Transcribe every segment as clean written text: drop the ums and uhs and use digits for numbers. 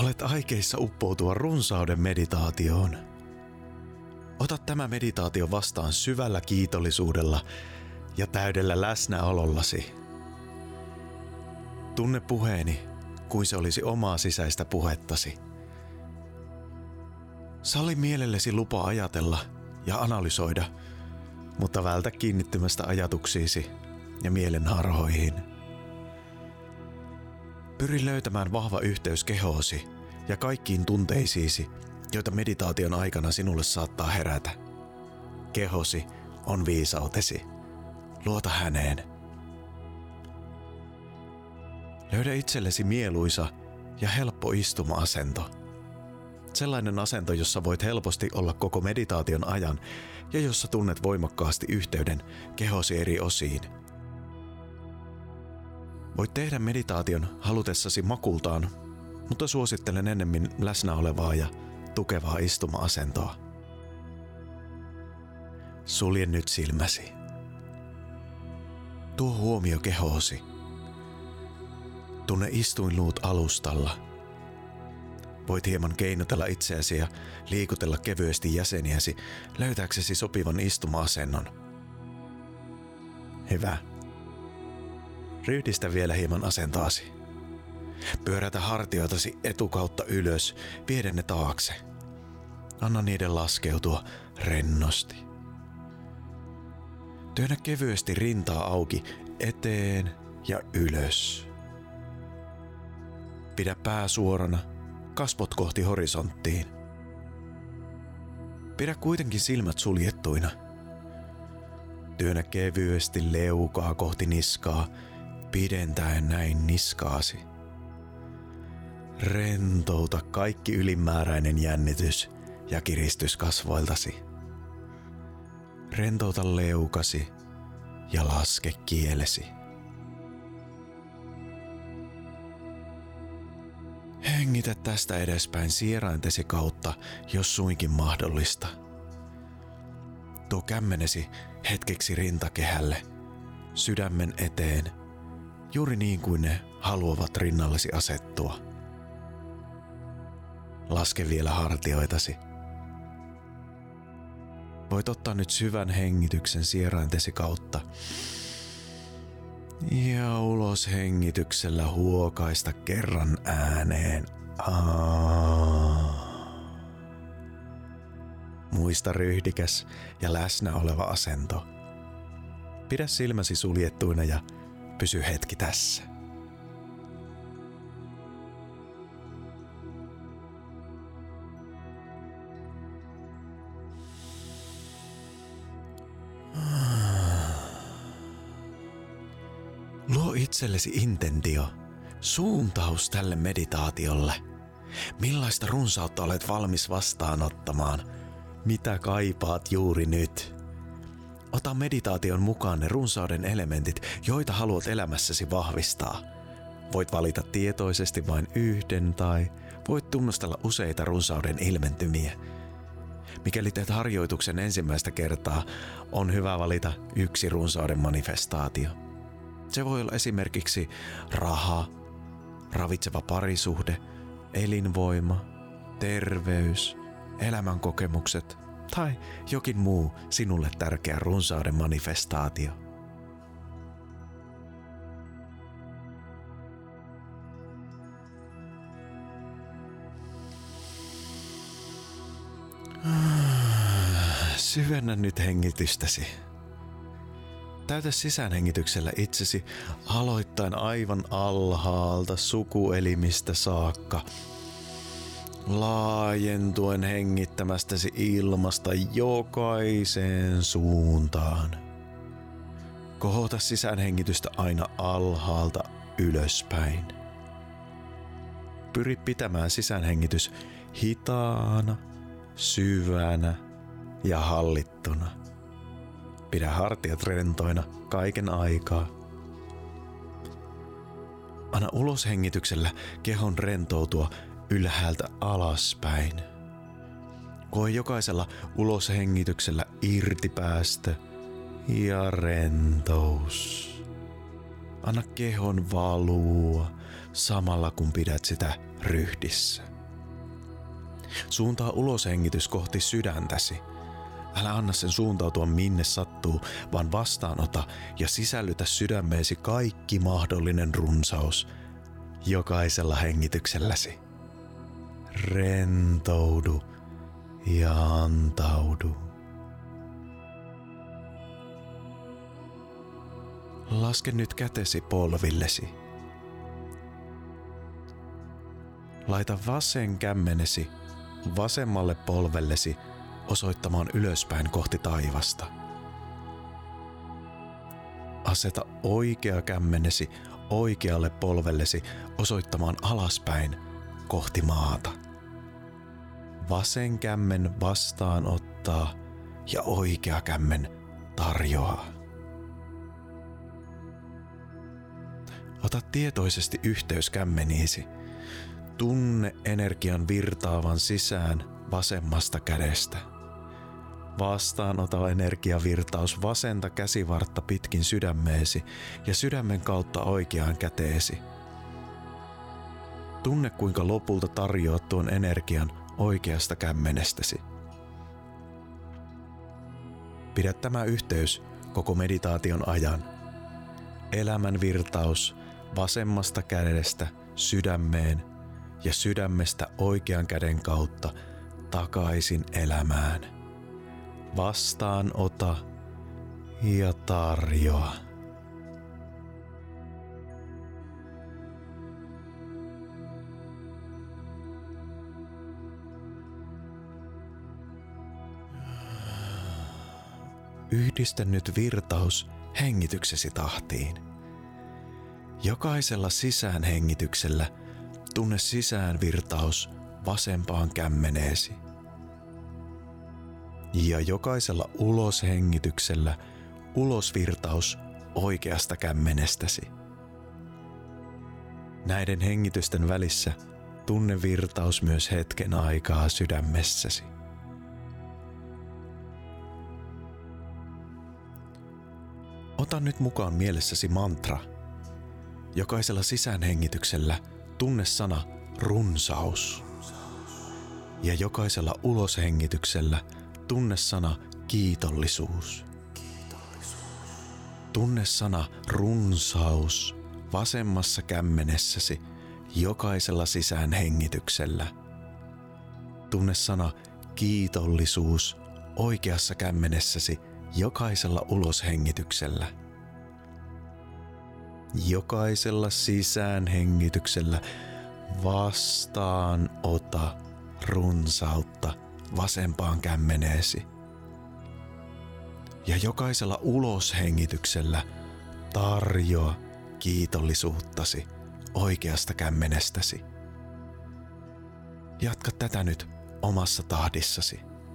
Olet aikeissa uppoutua runsauden meditaatioon. Ota tämä meditaatio vastaan syvällä kiitollisuudella ja täydellä läsnäolollasi. Tunne puheeni kuin se olisi omaa sisäistä puhettasi. Salli mielellesi lupa ajatella ja analysoida, mutta vältä kiinnittymästä ajatuksiisi ja mielenharhoihin. Pyri löytämään vahva yhteys kehoosi ja kaikkiin tunteisiisi, joita meditaation aikana sinulle saattaa herätä. Kehosi on viisautesi. Luota häneen. Löydä itsellesi mieluisa ja helppo istuma-asento. Sellainen asento, jossa voit helposti olla koko meditaation ajan ja jossa tunnet voimakkaasti yhteyden kehosi eri osiin. Voit tehdä meditaation halutessasi makultaan, mutta suosittelen ennemmin läsnä olevaa ja tukevaa istuma-asentoa. Sulje nyt silmäsi. Tuo huomio kehoosi. Tunne istuinluut alustalla. Voit hieman keinotella itseäsi ja liikutella kevyesti jäseniäsi löytääksesi sopivan istuma-asennon. Hyvä. Ryhdistä vielä hieman asentoasi. Pyörätä hartioitasi etukautta ylös, viedä ne taakse. Anna niiden laskeutua rennosti. Työnnä kevyesti rintaa auki eteen ja ylös. Pidä pää suorana, kasvot kohti horisonttiin. Pidä kuitenkin silmät suljettuina. Työnnä kevyesti leukaa kohti niskaa, pidentäen näin niskaasi. Rentouta kaikki ylimääräinen jännitys ja kiristys kasvoiltasi. Rentouta leukasi ja laske kielesi. Hengitä tästä edespäin sieraintesi kautta, jos suinkin mahdollista. Tuo kämmenesi hetkeksi rintakehälle, sydämen eteen, juuri niin kuin ne haluavat rinnallesi asettua. Laske vielä hartioitasi. Voit ottaa nyt syvän hengityksen sieraintesi kautta ja ulos hengityksellä huokaista kerran ääneen. Muista ryhdikäs ja läsnä oleva asento. Pidä silmäsi suljettuina ja pysy hetki tässä. Luo itsellesi intentio, suuntaus tälle meditaatiolle. Millaista runsautta olet valmis vastaanottamaan? Mitä kaipaat juuri nyt? Ota meditaation mukaan ne runsauden elementit, joita haluat elämässäsi vahvistaa. Voit valita tietoisesti vain yhden tai voit tunnustella useita runsauden ilmentymiä. Mikäli teet harjoituksen ensimmäistä kertaa, on hyvä valita yksi runsauden manifestaatio. Se voi olla esimerkiksi raha, ravitseva parisuhde, elinvoima, terveys, elämänkokemukset tai jokin muu sinulle tärkeä runsauden manifestaatio. Syvennä nyt hengitystäsi. Täytä sisäänhengityksellä itsesi aloittaen aivan alhaalta sukuelimistä saakka, laajentuen hengittämästäsi ilmasta jokaiseen suuntaan. Kohota sisäänhengitystä aina alhaalta ylöspäin. Pyri pitämään sisäänhengitys hitaana, syvänä ja hallittuna. Pidä hartiat rentoina kaiken aikaa. Anna uloshengityksellä kehon rentoutua ylhäältä alaspäin. Koe jokaisella uloshengityksellä irtipäästö ja rentous. Anna kehon valua samalla kun pidät sitä ryhdissä. Suuntaa uloshengitys kohti sydäntäsi. Älä anna sen suuntautua minne sattuu, vaan vastaanota ja sisällytä sydämeesi kaikki mahdollinen runsaus jokaisella hengitykselläsi. Rentoudu ja antaudu. Laske nyt kätesi polvillesi. Laita vasen kämmenesi vasemmalle polvellesi osoittamaan ylöspäin kohti taivasta. Aseta oikea kämmenesi oikealle polvellesi osoittamaan alaspäin kohti maata. Vasen kämmen vastaanottaa ja oikea kämmen tarjoaa. Ota tietoisesti yhteys kämmeniisi. Tunne energian virtaavan sisään vasemmasta kädestä. Vastaanota energiavirtaus vasenta käsivartta pitkin sydämeesi ja sydämen kautta oikeaan käteesi. Tunne kuinka lopulta tarjoat tuon energian oikeasta kämmenestäsi. Pidä tämä yhteys koko meditaation ajan. Elämän virtaus vasemmasta kädestä sydämeen ja sydämestä oikean käden kautta takaisin elämään. Vastaanota ja tarjoa. Yhdistä nyt virtaus hengityksesi tahtiin. Jokaisella sisäänhengityksellä tunne sisäänvirtaus vasempaan kämmeneesi. Ja jokaisella uloshengityksellä ulosvirtaus oikeasta kämmenestäsi. Näiden hengitysten välissä tunne virtaus myös hetken aikaa sydämessäsi. Ota nyt mukaan mielessäsi mantra. Jokaisella sisäänhengityksellä tunne sana runsaus. Ja jokaisella uloshengityksellä tunne sana kiitollisuus. Tunne sana runsaus vasemmassa kämmenessäsi jokaisella sisäänhengityksellä. Tunne sana kiitollisuus oikeassa kämmenessäsi jokaisella uloshengityksellä. Jokaisella sisäänhengityksellä vastaanota runsautta vasempaan kämmeneesi. Ja jokaisella uloshengityksellä tarjoa kiitollisuuttasi oikeasta kämmenestäsi. Jatka tätä nyt omassa tahdissasi.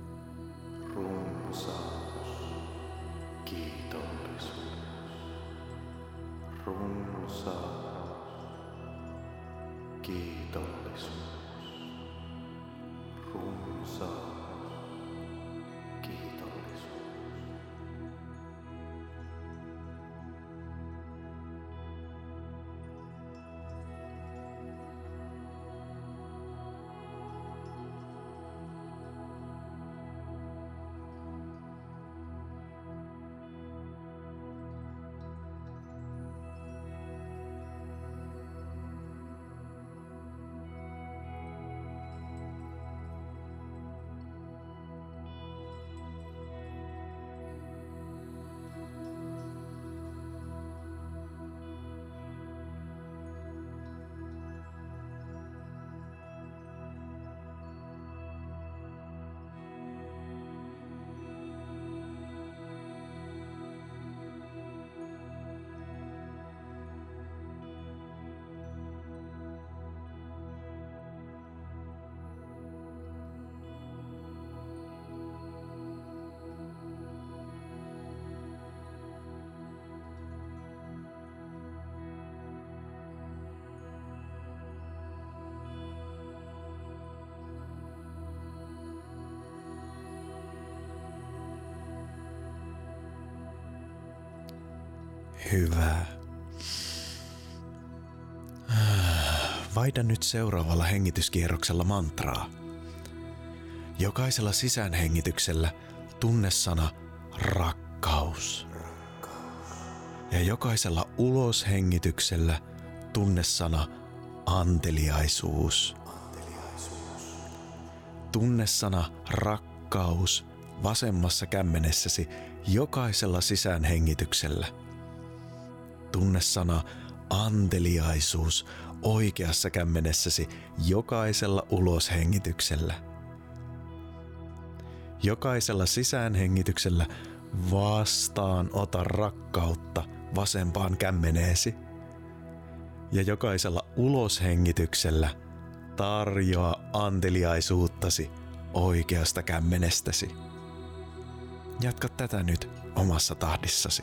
Hyvä. Vaihda nyt seuraavalla hengityskierroksella mantraa. Jokaisella sisäänhengityksellä tunne sana rakkaus. Ja jokaisella uloshengityksellä tunne sana anteliaisuus. Tunne sana rakkaus vasemmassa kämmenessäsi jokaisella sisäänhengityksellä. Tunne sana anteliaisuus oikeassa kämmenessäsi jokaisella uloshengityksellä. Jokaisella sisäänhengityksellä vastaanota rakkautta vasempaan kämmeneesi. Ja jokaisella uloshengityksellä tarjoa anteliaisuuttasi oikeasta kämmenestäsi. Jatka tätä nyt omassa tahdissasi.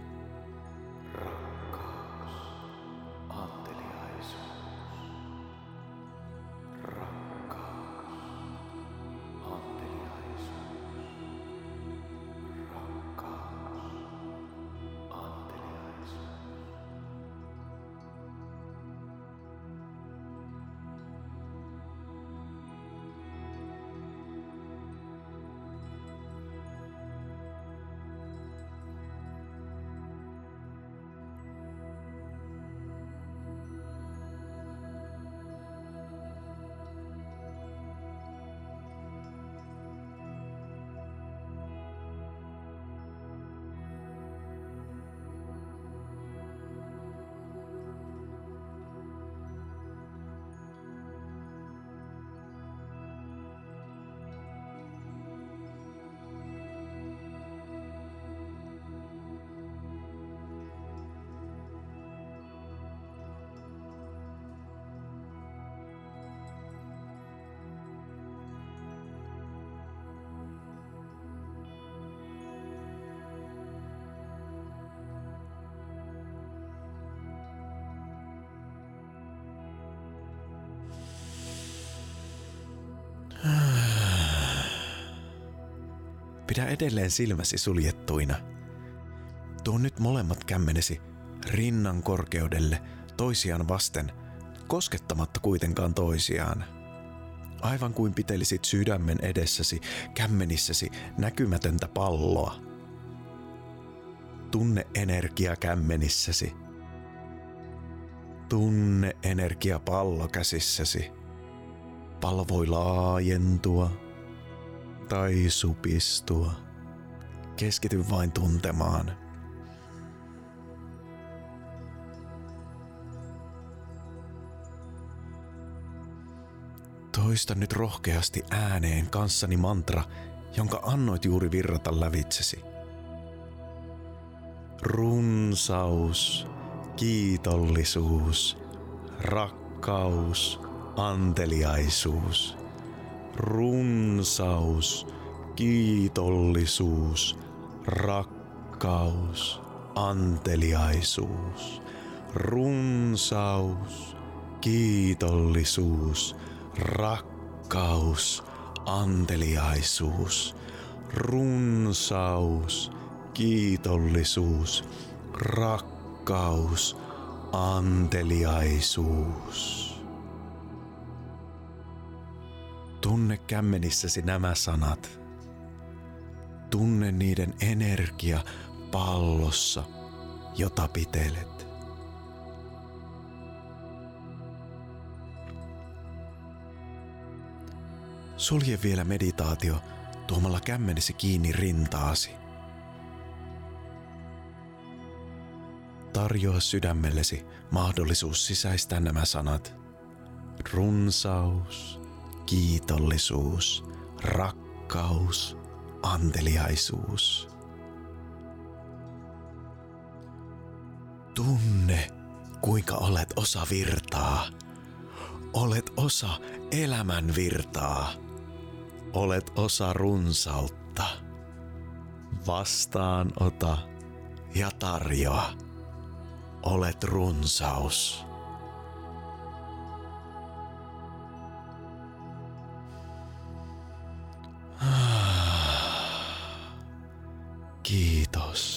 Pidä edelleen silmäsi suljettuina. Tuo nyt molemmat kämmenesi rinnan korkeudelle toisiaan vasten, koskettamatta kuitenkaan toisiaan. Aivan kuin pitelisit sydämen edessäsi, kämmenissäsi näkymätöntä palloa. Tunne energia kämmenissäsi. Tunne energia pallo käsissäsi. Pallo voi laajentua tai supistua. Keskity vain tuntemaan. Toista nyt rohkeasti ääneen kanssani mantra, jonka annoit juuri virrata lävitsesi. Runsaus, kiitollisuus, rakkaus, anteliaisuus. Runsaus, kiitollisuus, rakkaus, anteliaisuus. Runsaus, kiitollisuus, rakkaus, anteliaisuus. Runsaus, kiitollisuus, rakkaus, anteliaisuus. Tunne kämmenissäsi nämä sanat. Tunne niiden energia pallossa, jota pitelet. Sulje vielä meditaatio tuomalla kämmenesi kiinni rintaasi. Tarjoa sydämellesi mahdollisuus sisäistää nämä sanat. Runsaus, kiitollisuus, rakkaus, anteliaisuus. Tunne, kuinka olet osa virtaa. Olet osa elämän virtaa. Olet osa runsautta. Vastaanota ja tarjoa. Olet runsaus. Kiitos.